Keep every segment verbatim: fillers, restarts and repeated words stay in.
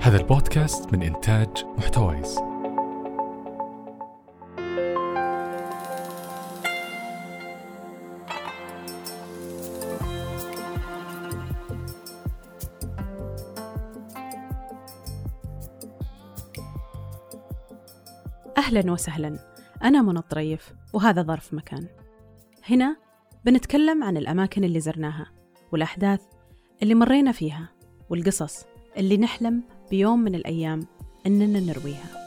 هذا البودكاست من إنتاج محتويس. أهلاً وسهلاً، أنا منى الطريف وهذا ظرف مكان. هنا بنتكلم عن الأماكن اللي زرناها والأحداث اللي مرينا فيها والقصص اللي نحلم بيوم من الأيام إننا نرويها.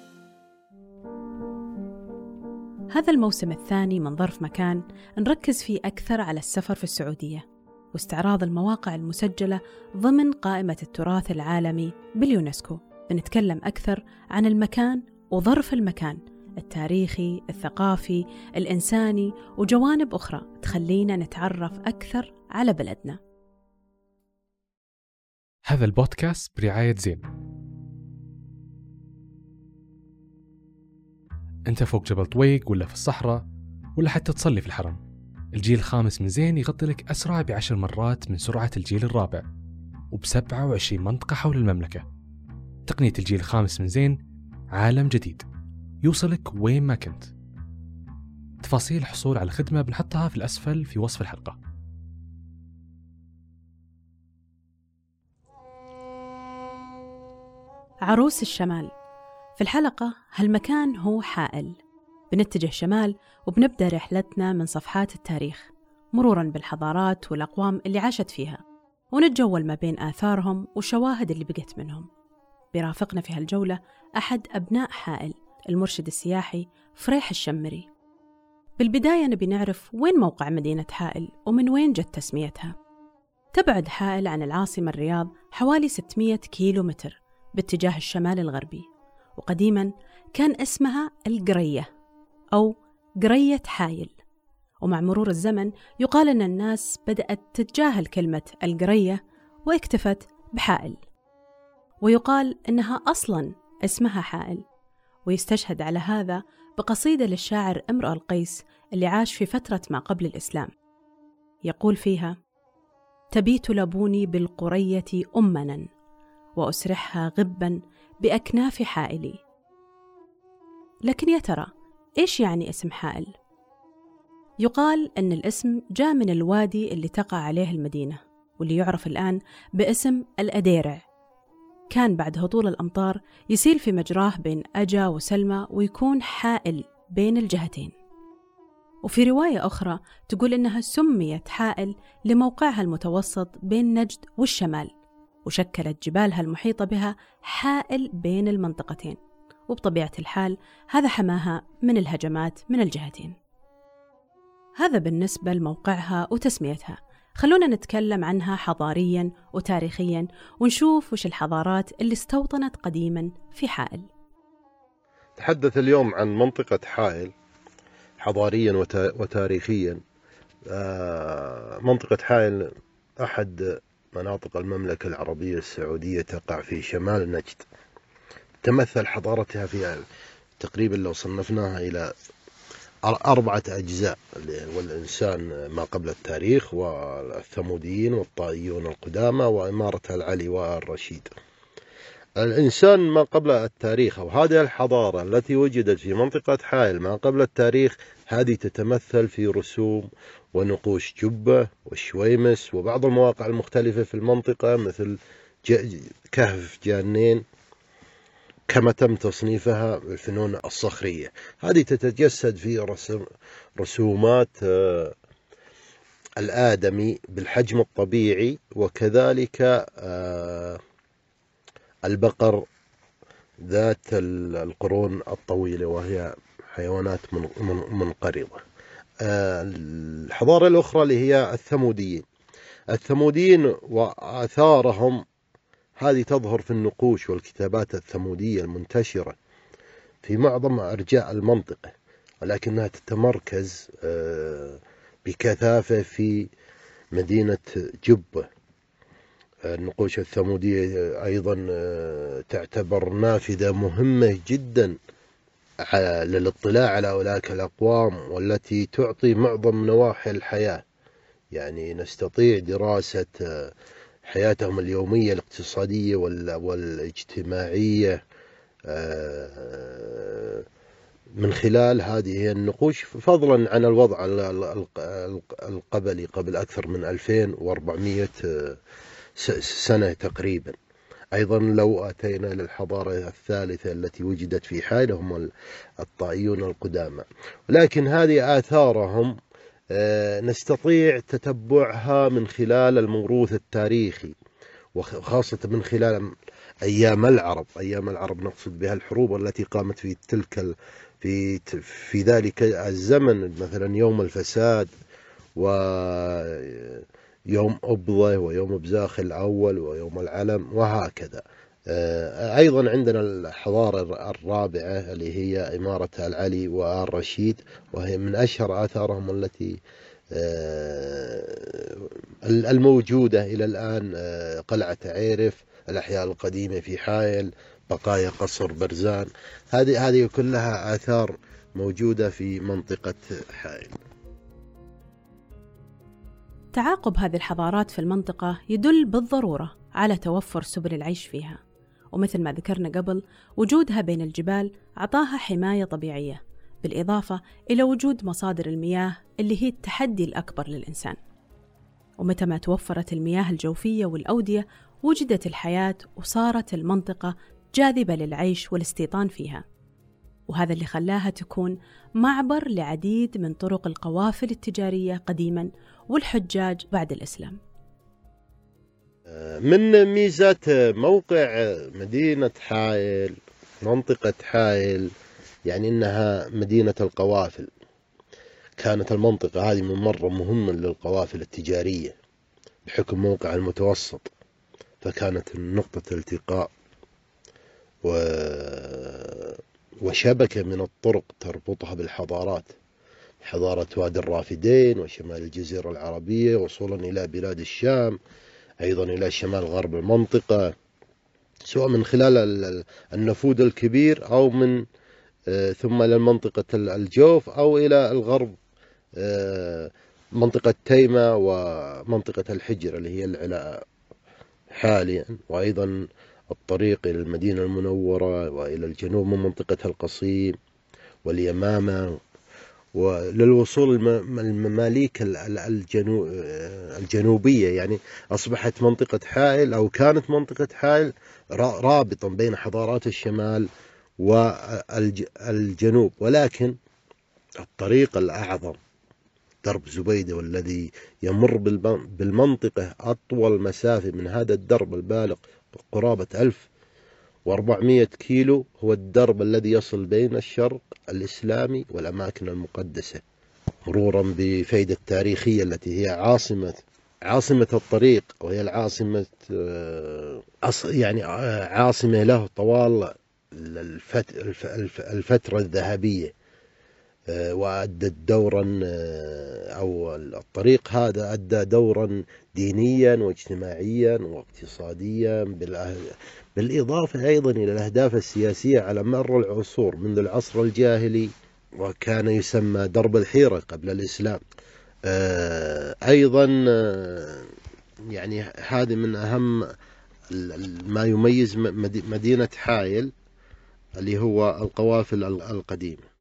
هذا الموسم الثاني من ظرف مكان نركز فيه أكثر على السفر في السعودية واستعراض المواقع المسجلة ضمن قائمة التراث العالمي باليونسكو. بنتكلم أكثر عن المكان وظرف المكان التاريخي، الثقافي، الإنساني وجوانب أخرى تخلينا نتعرف أكثر على بلدنا. هذا البودكاست برعاية زين. أنت فوق جبل طويق ولا في الصحراء ولا حتى تصلي في الحرم، الجيل الخامس من زين يغطي لك أسرع بعشر مرات من سرعة الجيل الرابع وبسبعة وعشرين منطقة حول المملكة. تقنية الجيل الخامس من زين عالم جديد يوصلك وين ما كنت. تفاصيل الحصول على الخدمة بنحطها في الأسفل في وصف الحلقة. عروس الشمال. في الحلقة هالمكان هو حائل. بنتجه شمال وبنبدأ رحلتنا من صفحات التاريخ مروراً بالحضارات والأقوام اللي عاشت فيها، ونتجول ما بين آثارهم والشواهد اللي بقت منهم. بيرافقنا في هالجولة أحد أبناء حائل، المرشد السياحي فريح الشمري. بالبداية نبي نعرف وين موقع مدينة حائل ومن وين جت تسميتها. تبعد حائل عن العاصمة الرياض حوالي ستمائة كيلو متر باتجاه الشمال الغربي، وقديماً كان اسمها القرية أو قرية حايل. ومع مرور الزمن يقال أن الناس بدأت تتجاهل كلمة القرية واكتفت بحائل، ويقال أنها أصلاً اسمها حائل. ويستشهد على هذا بقصيدة للشاعر امرؤ القيس اللي عاش في فترة ما قبل الإسلام، يقول فيها: تبيت لبوني بالقرية أمنا وأسرحها غبا بأكناف حائلي. لكن يا ترى إيش يعني اسم حائل؟ يقال أن الاسم جاء من الوادي اللي تقع عليه المدينة واللي يعرف الآن باسم الأديرع. كان بعد هطول الأمطار يسيل في مجراه بين أجا وسلمى ويكون حائل بين الجهتين. وفي رواية أخرى تقول إنها سميت حائل لموقعها المتوسط بين نجد والشمال، وشكلت جبالها المحيطة بها حائل بين المنطقتين، وبطبيعة الحال هذا حماها من الهجمات من الجهتين. هذا بالنسبة لموقعها وتسميتها. خلونا نتكلم عنها حضارياً وتاريخياً ونشوف وش الحضارات اللي استوطنت قديماً في حائل. تحدث اليوم عن منطقة حائل حضارياً وتاريخياً. منطقة حائل أحد مناطق المملكة العربية السعودية، تقع في شمال نجد. تمثل حضارتها في تقريباً لو صنفناها إلى أربعة أجزاء، والإنسان ما قبل التاريخ والثموديين والطائيون القدامى وإمارة العلي الرشيد. الإنسان ما قبل التاريخ، أو هذه الحضارة التي وجدت في منطقة حائل ما قبل التاريخ، هذه تتمثل في رسوم ونقوش جبة والشويمس وبعض المواقع المختلفة في المنطقة، مثل كهف جانين كما تم تصنيفها الفنون الصخرية. هذه تتجسد في رسم رسومات الآدمي بالحجم الطبيعي، وكذلك البقر ذات القرون الطويلة وهي حيوانات منقرضة. الحضارة الأخرى اللي هي الثموديين. الثموديين وآثارهم هذه تظهر في النقوش والكتابات الثمودية المنتشرة في معظم أرجاء المنطقة، ولكنها تتمركز بكثافة في مدينة جبة. النقوش الثمودية أيضا تعتبر نافذة مهمة جدا للاطلاع على أولئك الأقوام، والتي تعطي معظم نواحي الحياة. يعني نستطيع دراسة حياتهم اليومية الاقتصادية والاجتماعية من خلال هذه النقوش، فضلا عن الوضع القبلي قبل أكثر من ألفين وأربعمائة سنة تقريبا. أيضا لو أتينا للحضارة الثالثة التي وجدت في حائل هم الطائيون القدامى، ولكن هذه آثارهم نستطيع تتبعها من خلال الموروث التاريخي، وخاصة من خلال أيام العرب. أيام العرب نقصد بها الحروب التي قامت في تلك في في ذلك الزمن، مثلا يوم الفساد ويوم أبضة ويوم بزاخ الأول ويوم العلم وهكذا. أيضا عندنا الحضارة الرابعة اللي هي إمارة العلي وآل رشيد، وهي من أشهر آثارهم التي الموجودة إلى الآن، قلعة عيرف، الأحياء القديمة في حائل، بقايا قصر برزان. هذه هذه كلها آثار موجودة في منطقة حائل. تعاقب هذه الحضارات في المنطقة يدل بالضرورة على توفر سبل العيش فيها، ومثل ما ذكرنا قبل وجودها بين الجبال أعطاها حماية طبيعية، بالإضافة إلى وجود مصادر المياه اللي هي التحدي الأكبر للإنسان. ومتى ما توفرت المياه الجوفية والأودية وجدت الحياة، وصارت المنطقة جاذبة للعيش والاستيطان فيها، وهذا اللي خلاها تكون معبر لعديد من طرق القوافل التجارية قديما والحجاج بعد الإسلام. من ميزات موقع مدينة حائل، منطقة حائل، يعني إنها مدينة القوافل. كانت المنطقة هذه ممرة مهمة للقوافل التجارية بحكم موقع المتوسط، فكانت نقطة التقاء و... وشبكة من الطرق تربطها بالحضارات، حضارة وادي الرافدين وشمال الجزيرة العربية وصولا إلى بلاد الشام، أيضا إلى شمال غرب المنطقة، سواء من خلال النفوذ الكبير أو من ثم إلى منطقة الجوف أو إلى الغرب منطقة تيمة ومنطقة الحجر اللي هي العلاء حاليا، وأيضا الطريق إلى المدينة المنورة وإلى الجنوب من منطقة القصيم واليمامة، وللوصول المماليك الجنوبية. يعني أصبحت منطقة حائل أو كانت منطقة حائل رابطا بين حضارات الشمال والجنوب. ولكن الطريق الأعظم درب زبيدة، والذي يمر بالمنطقة أطول مسافة من هذا الدرب البالغ قرابة ألف وأربعمائة كيلو، هو الدرب الذي يصل بين الشرق الإسلامي والأماكن المقدسة، مرورا بفايدة التاريخية التي هي عاصمة عاصمة الطريق، وهي العاصمة يعني عاصمة له طوال الفترة الذهبية، وأدت دورا أو الطريق هذا أدى دورا دينيا واجتماعيا واقتصاديا، بالإضافة أيضا إلى الأهداف السياسية على مر العصور منذ العصر الجاهلي، وكان يسمى درب الحيرة قبل الإسلام. أيضا يعني هذه من أهم ما يميز مدينة حائل اللي هو القوافل القديمة.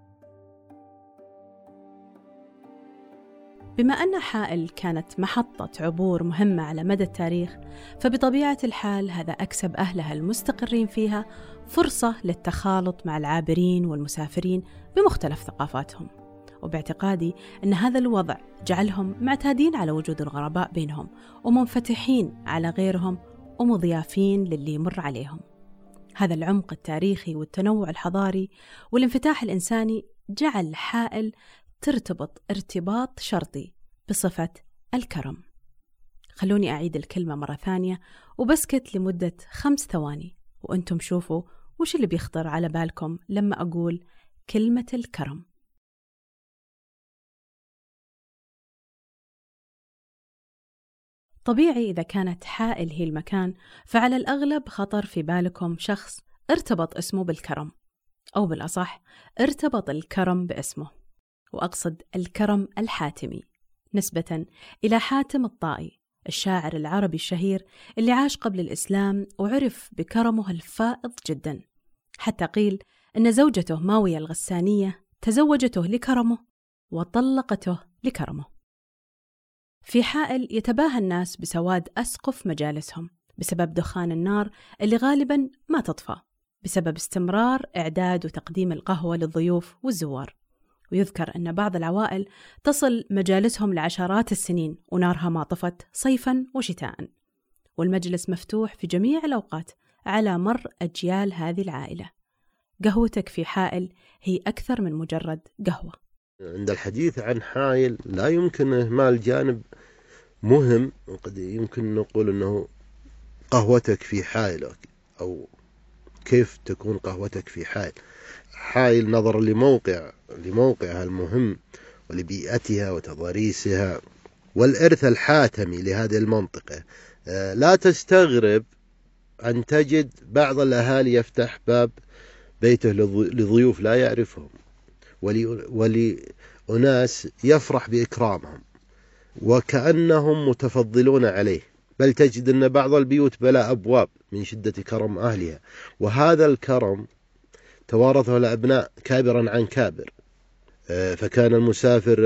بما أن حائل كانت محطة عبور مهمة على مدى التاريخ، فبطبيعة الحال هذا أكسب أهلها المستقرين فيها فرصة للتخالط مع العابرين والمسافرين بمختلف ثقافاتهم، وباعتقادي أن هذا الوضع جعلهم معتادين على وجود الغرباء بينهم، ومنفتحين على غيرهم ومضيافين للي يمر عليهم. هذا العمق التاريخي والتنوع الحضاري والانفتاح الإنساني جعل حائل ترتبط ارتباط شرطي بصفة الكرم. خلوني أعيد الكلمة مرة ثانية وبسكت لمدة خمس ثواني وأنتم شوفوا وش اللي بيخطر على بالكم لما أقول كلمة الكرم. طبيعي إذا كانت حائل هي المكان، فعلى الأغلب خطر في بالكم شخص ارتبط اسمه بالكرم، أو بالأصح ارتبط الكرم باسمه، وأقصد الكرم الحاتمي نسبة إلى حاتم الطائي الشاعر العربي الشهير اللي عاش قبل الإسلام وعرف بكرمه الفائض جدا، حتى قيل أن زوجته ماوية الغسانية تزوجته لكرمه وطلقته لكرمه. في حائل يتباهى الناس بسواد أسقف مجالسهم بسبب دخان النار اللي غالباً ما تطفى بسبب استمرار إعداد وتقديم القهوة للضيوف والزوار. ويذكر أن بعض العوائل تصل مجالسهم لعشرات السنين ونارها ما طفت صيفاً وشتاءً، والمجلس مفتوح في جميع الأوقات على مر أجيال هذه العائلة. قهوتك في حائل هي أكثر من مجرد قهوة. عند الحديث عن حائل لا يمكن إهمال جانب مهم، قد يمكن نقول أنه قهوتك في حائلك، أو كيف تكون قهوتك في حائل. حائل نظرا لموقع لموقعها المهم ولبيئتها وتضاريسها والإرث الحاتمي لهذه المنطقة، لا تستغرب أن تجد بعض الأهالي يفتح باب بيته لضيوف لا يعرفهم ولأناس يفرح بإكرامهم وكأنهم متفضلون عليه، بل تجد أن بعض البيوت بلا أبواب من شدة كرم أهلها، وهذا الكرم توارثه الأبناء كابرا عن كابر. فكان المسافر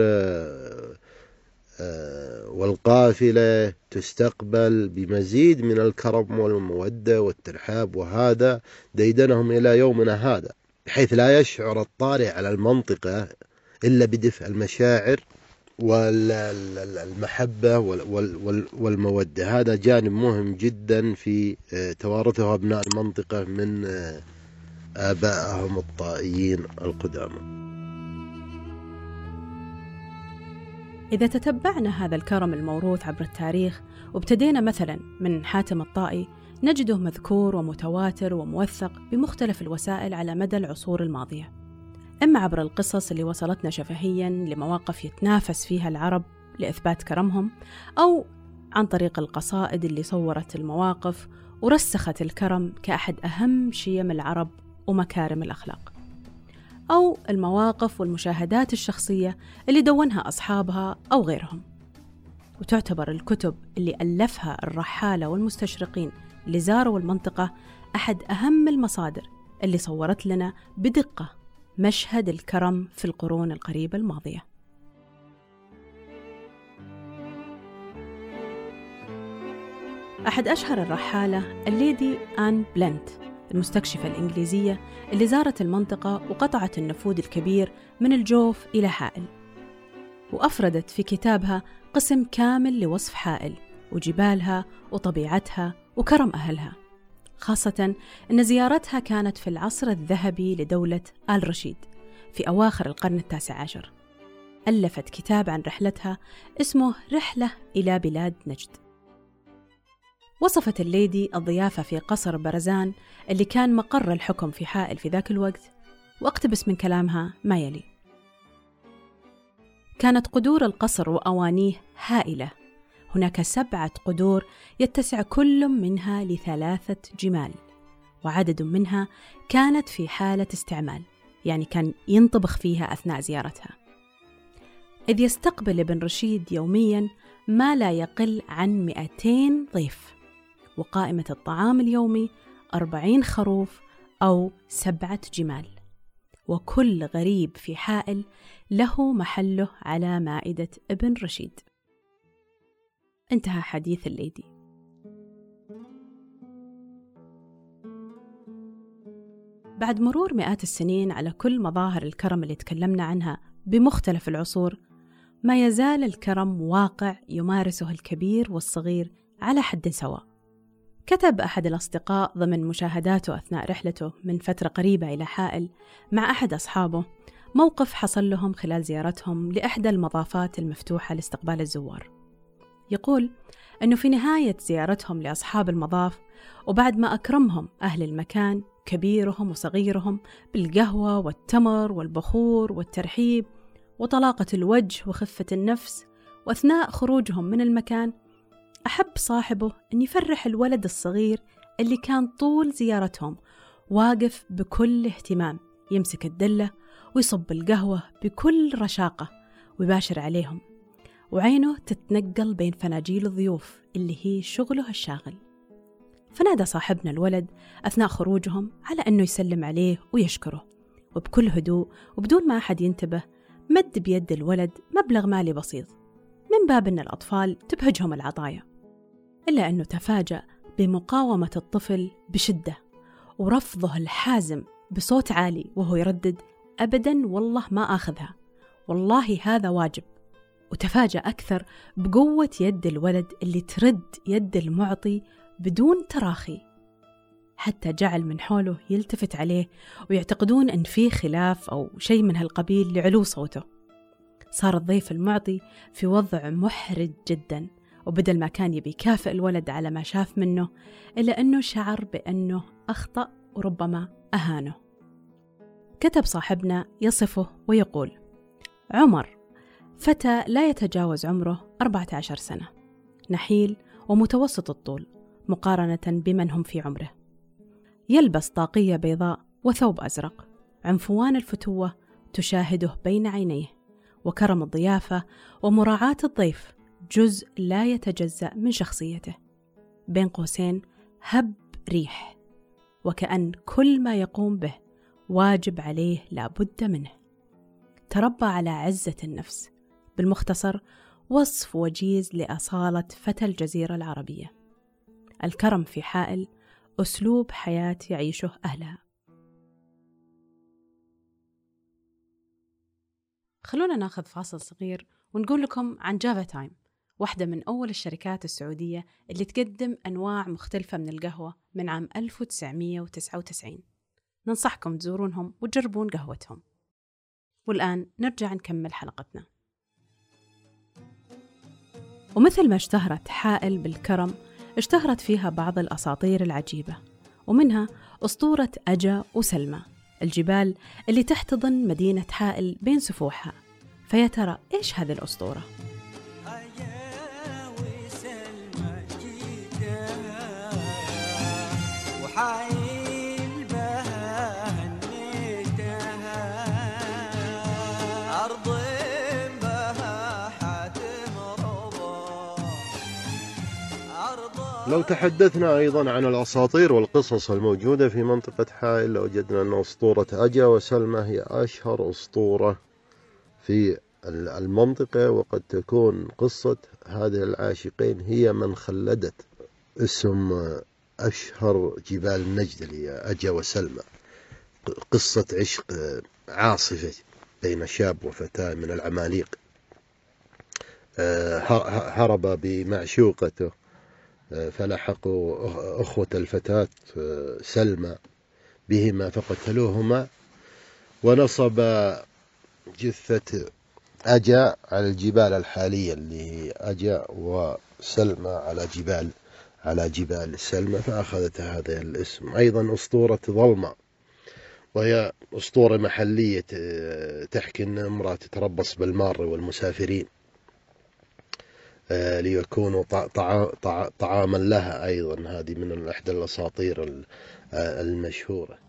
والقافلة تستقبل بمزيد من الكرم والمودة والترحاب، وهذا ديدنهم إلى يومنا هذا، بحيث لا يشعر الطارئ على المنطقة إلا بدفء المشاعر والمحبة والمودة. هذا جانب مهم جدا في توارثه أبناء المنطقة من آبائهم الطائيين القدامى. إذا تتبعنا هذا الكرم الموروث عبر التاريخ وابتدينا مثلا من حاتم الطائي، نجده مذكور ومتواتر وموثق بمختلف الوسائل على مدى العصور الماضية، إما عبر القصص اللي وصلتنا شفهيا لمواقف يتنافس فيها العرب لإثبات كرمهم، أو عن طريق القصائد اللي صورت المواقف ورسخت الكرم كأحد أهم شيم العرب ومكارم الأخلاق، أو المواقف والمشاهدات الشخصية اللي دونها أصحابها أو غيرهم. وتعتبر الكتب اللي ألفها الرحالة والمستشرقين اللي زاروا المنطقة أحد أهم المصادر اللي صورت لنا بدقة مشهد الكرم في القرون القريبة الماضية. أحد أشهر الرحالة الليدي آن بلنت، المستكشفة الإنجليزية اللي زارت المنطقة وقطعت النفوذ الكبير من الجوف إلى حائل، وأفردت في كتابها قسم كامل لوصف حائل وجبالها وطبيعتها وكرم أهلها، خاصة أن زيارتها كانت في العصر الذهبي لدولة آل رشيد في أواخر القرن التاسع عشر. ألفت كتاب عن رحلتها اسمه رحلة إلى بلاد نجد. وصفت الليدي الضيافة في قصر برزان اللي كان مقر الحكم في حائل في ذاك الوقت، واقتبس من كلامها ما يلي: كانت قدور القصر وأوانيه هائلة، هناك سبعة قدور يتسع كل منها لثلاثة جمال، وعدد منها كانت في حالة استعمال، يعني كان ينطبخ فيها أثناء زيارتها، إذ يستقبل ابن رشيد يومياً ما لا يقل عن مئتين ضيف، وقائمة الطعام اليومي أربعين خروف أو سبعة جمال، وكل غريب في حائل له محله على مائدة ابن رشيد. انتهى حديث الليدي. بعد مرور مئات السنين على كل مظاهر الكرم اللي تكلمنا عنها بمختلف العصور، ما يزال الكرم واقع يمارسه الكبير والصغير على حد سواء. كتب أحد الأصدقاء ضمن مشاهداته أثناء رحلته من فترة قريبة إلى حائل مع أحد أصحابه موقف حصل لهم خلال زيارتهم لإحدى المضافات المفتوحة لاستقبال الزوار. يقول أنه في نهاية زيارتهم لأصحاب المضاف، وبعد ما أكرمهم أهل المكان كبيرهم وصغيرهم بالقهوة والتمر والبخور والترحيب وطلاقة الوجه وخفة النفس، وأثناء خروجهم من المكان أحب صاحبه أن يفرح الولد الصغير اللي كان طول زيارتهم واقف بكل اهتمام يمسك الدلة ويصب القهوة بكل رشاقة ويباشر عليهم، وعينه تتنقل بين فناجيل الضيوف اللي هي شغله الشاغل. فنادى صاحبنا الولد أثناء خروجهم على أنه يسلم عليه ويشكره، وبكل هدوء وبدون ما أحد ينتبه مد بيد الولد مبلغ مالي بسيط من باب أن الأطفال تبهجهم العطايا. إلا أنه تفاجأ بمقاومة الطفل بشدة ورفضه الحازم بصوت عالي وهو يردد: أبداً والله ما آخذها، والله هذا واجب. وتفاجأ أكثر بقوة يد الولد اللي ترد يد المعطي بدون تراخي، حتى جعل من حوله يلتفت عليه ويعتقدون أن فيه خلاف أو شيء من هالقبيل لعلو صوته. صار الضيف المعطي في وضع محرج جداً، وبدل ما كان يبي يكافئ الولد على ما شاف منه، إلا أنه شعر بأنه أخطأ وربما أهانه. كتب صاحبنا يصفه ويقول: عمر فتى لا يتجاوز عمره أربعة عشر سنة، نحيل ومتوسط الطول مقارنة بمن هم في عمره، يلبس طاقية بيضاء وثوب أزرق، عنفوان الفتوة تشاهده بين عينيه، وكرم الضيافة ومراعاة الضيف جزء لا يتجزأ من شخصيته. بين قوسين هب ريح، وكأن كل ما يقوم به واجب عليه لابد منه. تربى على عزة النفس، بالمختصر وصف وجيز لأصالة فتى الجزيرة العربية. الكرم في حائل أسلوب حياة يعيشه أهلها. خلونا ناخذ فاصل صغير ونقول لكم عن جافا تايم، واحدة من أول الشركات السعودية اللي تقدم أنواع مختلفة من القهوة من عام ألف وتسعمية وتسعة وتسعين. ننصحكم تزورونهم وتجربون قهوتهم. والآن نرجع نكمل حلقتنا. ومثل ما اشتهرت حائل بالكرم، اشتهرت فيها بعض الأساطير العجيبة، ومنها أسطورة أجا وسلمى، الجبال اللي تحتضن مدينة حائل بين سفوحها. فيا ترى إيش هذه الأسطورة؟ لو تحدثنا أيضا عن الأساطير والقصص الموجودة في منطقة حائل، لوجدنا أن أسطورة أجا وسلمى هي أشهر أسطورة في المنطقة، وقد تكون قصة هذه العاشقين هي من خلدت اسم أشهر جبال نجد اللي هي أجا وسلمى. قصة عشق عاصفة بين شاب وفتاة من العماليق، هرب بمعشوقته فلحقوا أخوة الفتاة سلمى بهما فقتلوهما، ونصب جثة أجا على الجبال الحالية اللي هي أجا وسلمى على جبال على جبال سلمى، فأخذت هذا الاسم. أيضا أسطورة ظلمة، وهي أسطورة محلية تحكي أن امرأة تتربص بالمار والمسافرين ليكونوا طعاما لها. أيضا هذه من إحدى الأساطير المشهورة.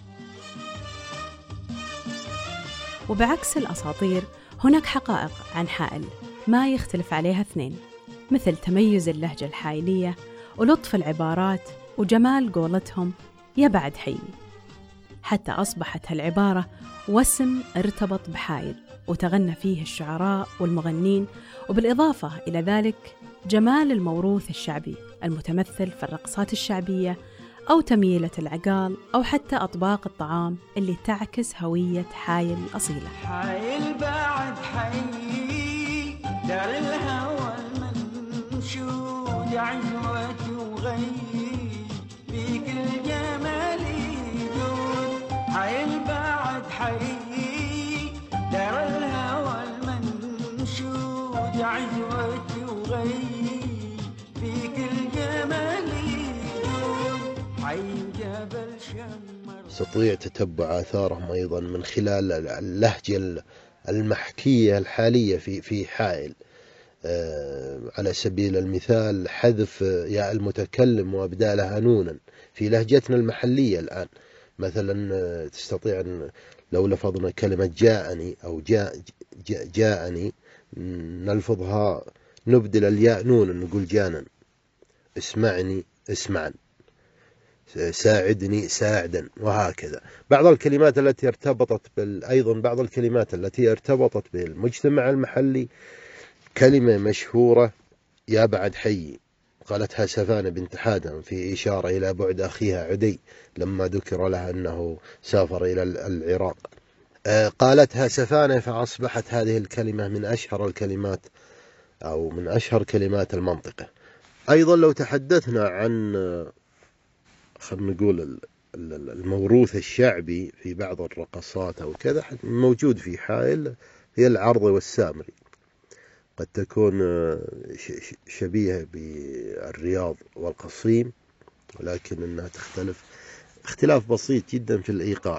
وبعكس الأساطير هناك حقائق عن حائل ما يختلف عليها اثنين، مثل تميز اللهجة الحائلية ولطف العبارات وجمال قولتهم يا بعد حي، حتى أصبحت هالعبارة واسم ارتبط بحائل وتغنى فيه الشعراء والمغنين، وبالإضافة إلى ذلك جمال الموروث الشعبي المتمثل في الرقصات الشعبية أو تمييلة العقال أو حتى أطباق الطعام اللي تعكس هوية حائل الأصيلة. حائل بعد حي دار الهوى المنشود عزوة وغيب بكل جمال يدود. حائل بعد حي دار الهوى المنشود عزوة وغيب بكل جمال يدود. حي جبل شمر استطيع تتبع آثارهم أيضا من خلال اللهجة المحكية الحالية في في حائل. على سبيل المثال حذف ياء المتكلم وأبدالها نونا في لهجتنا المحلية الآن. مثلا تستطيع أن لو لفظنا كلمة جاءني أو جاء جاءني نلفظها نبدل الياء نون نقول جانا، اسمعني اسمعا، ساعدني ساعدا، وهكذا. بعض الكلمات التي ارتبطت بال... أيضا بعض الكلمات التي ارتبطت بالمجتمع المحلي، كلمة مشهورة يا بعد حي، قالتها سفانة بنت حادم في إشارة إلى بعد أخيها عدي لما ذكر لها أنه سافر إلى العراق. قالتها سفانة فأصبحت هذه الكلمة من أشهر الكلمات أو من أشهر كلمات المنطقة. أيضا لو تحدثنا عن خلينا نقول الموروث الشعبي في بعض الرقصات أو كذا موجود في حائل، هي العرض والسامري، قد تكون شبيهة بالرياض والقصيم، ولكن أنها تختلف اختلاف بسيط جدا في الإيقاع.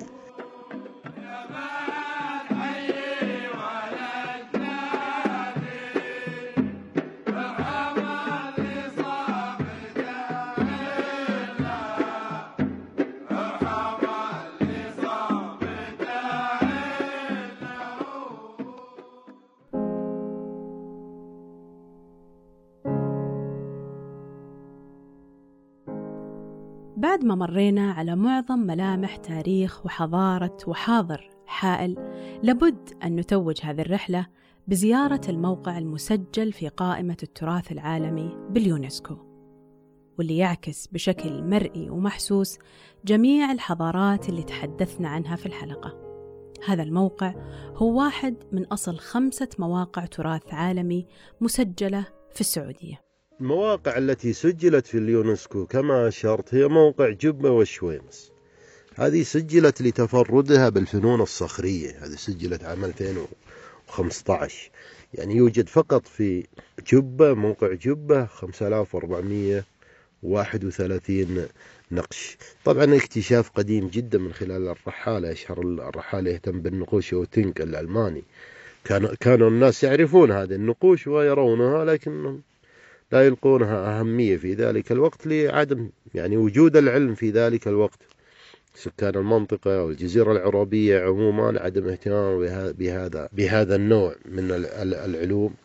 بعد ما مرينا على معظم ملامح تاريخ وحضارة وحاضر حائل، لابد أن نتوج هذه الرحلة بزيارة الموقع المسجل في قائمة التراث العالمي باليونسكو، واللي يعكس بشكل مرئي ومحسوس جميع الحضارات اللي تحدثنا عنها في الحلقة. هذا الموقع هو واحد من أصل خمسة مواقع تراث عالمي مسجلة في السعودية. المواقع التي سجلت في اليونسكو كما أشرت هي موقع جبة والشويمس. هذه سجلت لتفردها بالفنون الصخرية، هذه سجلت عام ألفين وخمسة عشر، يعني يوجد فقط في جبة موقع جبة خمسة آلاف وأربعمائة وواحد وثلاثين نقش. طبعا اكتشاف قديم جدا من خلال الرحالة، أشهر الرحالة يهتم بالنقوش وتينك الألماني، كانوا كانوا الناس يعرفون هذه النقوش ويرونها لكنهم لا يلقونها أهمية في ذلك الوقت لعدم يعني وجود العلم في ذلك الوقت. سكان المنطقة والجزيرة العربية عموما عدم اهتمام بهذا بهذا النوع من العلوم.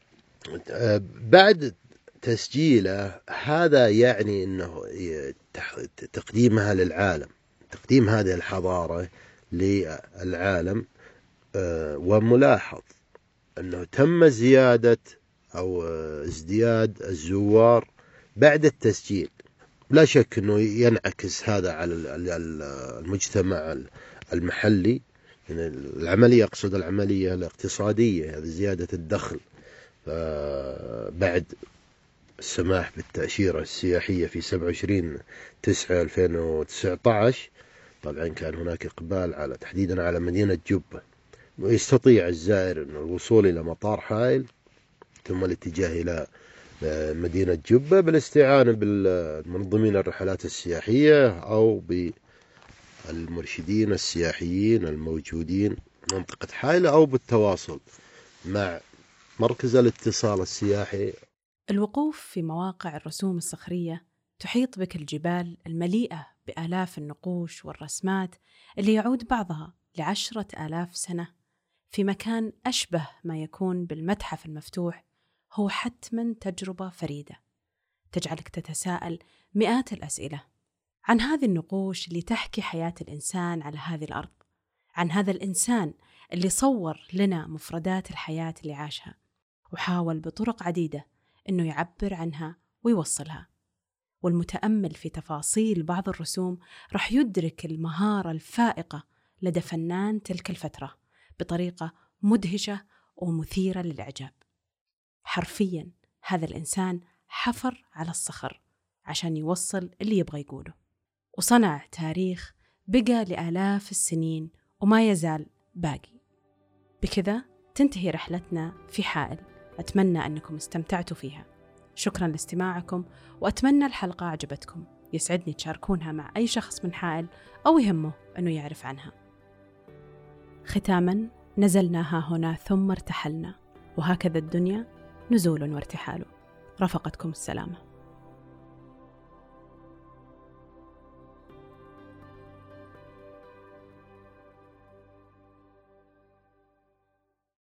بعد تسجيله هذا يعني أنه تقديمها للعالم، تقديم هذه الحضارة للعالم، وملاحظ أنه تم زيادة أو ازدياد الزوار بعد التسجيل. لا شك أنه ينعكس هذا على المجتمع المحلي، يعني العملية أقصد العملية الاقتصادية، هذه زيادة الدخل بعد السماح بالتأشيرة السياحية في سبعة وعشرين تسعة ألفين وتسعة عشر. طبعا كان هناك إقبال على تحديدا على مدينة جبة، ويستطيع الزائر أن الوصول إلى مطار حائل ثم الاتجاه إلى مدينة جبة بالاستعانة بالمنظمين الرحلات السياحية أو بالمرشدين السياحيين الموجودين منطقة حائل، أو بالتواصل مع مركز الاتصال السياحي. الوقوف في مواقع الرسوم الصخرية تحيط بك الجبال المليئة بآلاف النقوش والرسمات اللي يعود بعضها لعشرة آلاف سنة في مكان أشبه ما يكون بالمتحف المفتوح، هو حتماً تجربة فريدة تجعلك تتساءل مئات الأسئلة عن هذه النقوش اللي تحكي حياة الإنسان على هذه الأرض، عن هذا الإنسان اللي صور لنا مفردات الحياة اللي عاشها وحاول بطرق عديدة إنه يعبر عنها ويوصلها. والمتأمل في تفاصيل بعض الرسوم رح يدرك المهارة الفائقة لدى فنان تلك الفترة بطريقة مدهشة ومثيرة للإعجاب. حرفياً هذا الإنسان حفر على الصخر عشان يوصل اللي يبغى يقوله، وصنع تاريخ بقى لآلاف السنين وما يزال باقي. بكذا تنتهي رحلتنا في حائل، أتمنى أنكم استمتعتوا فيها. شكراً لاستماعكم، وأتمنى الحلقة عجبتكم. يسعدني تشاركونها مع أي شخص من حائل أو يهمه أنه يعرف عنها. ختاماً، نزلنا ها هنا ثم ارتحلنا، وهكذا الدنيا نزول وارتحال. رفقتكم السلامة.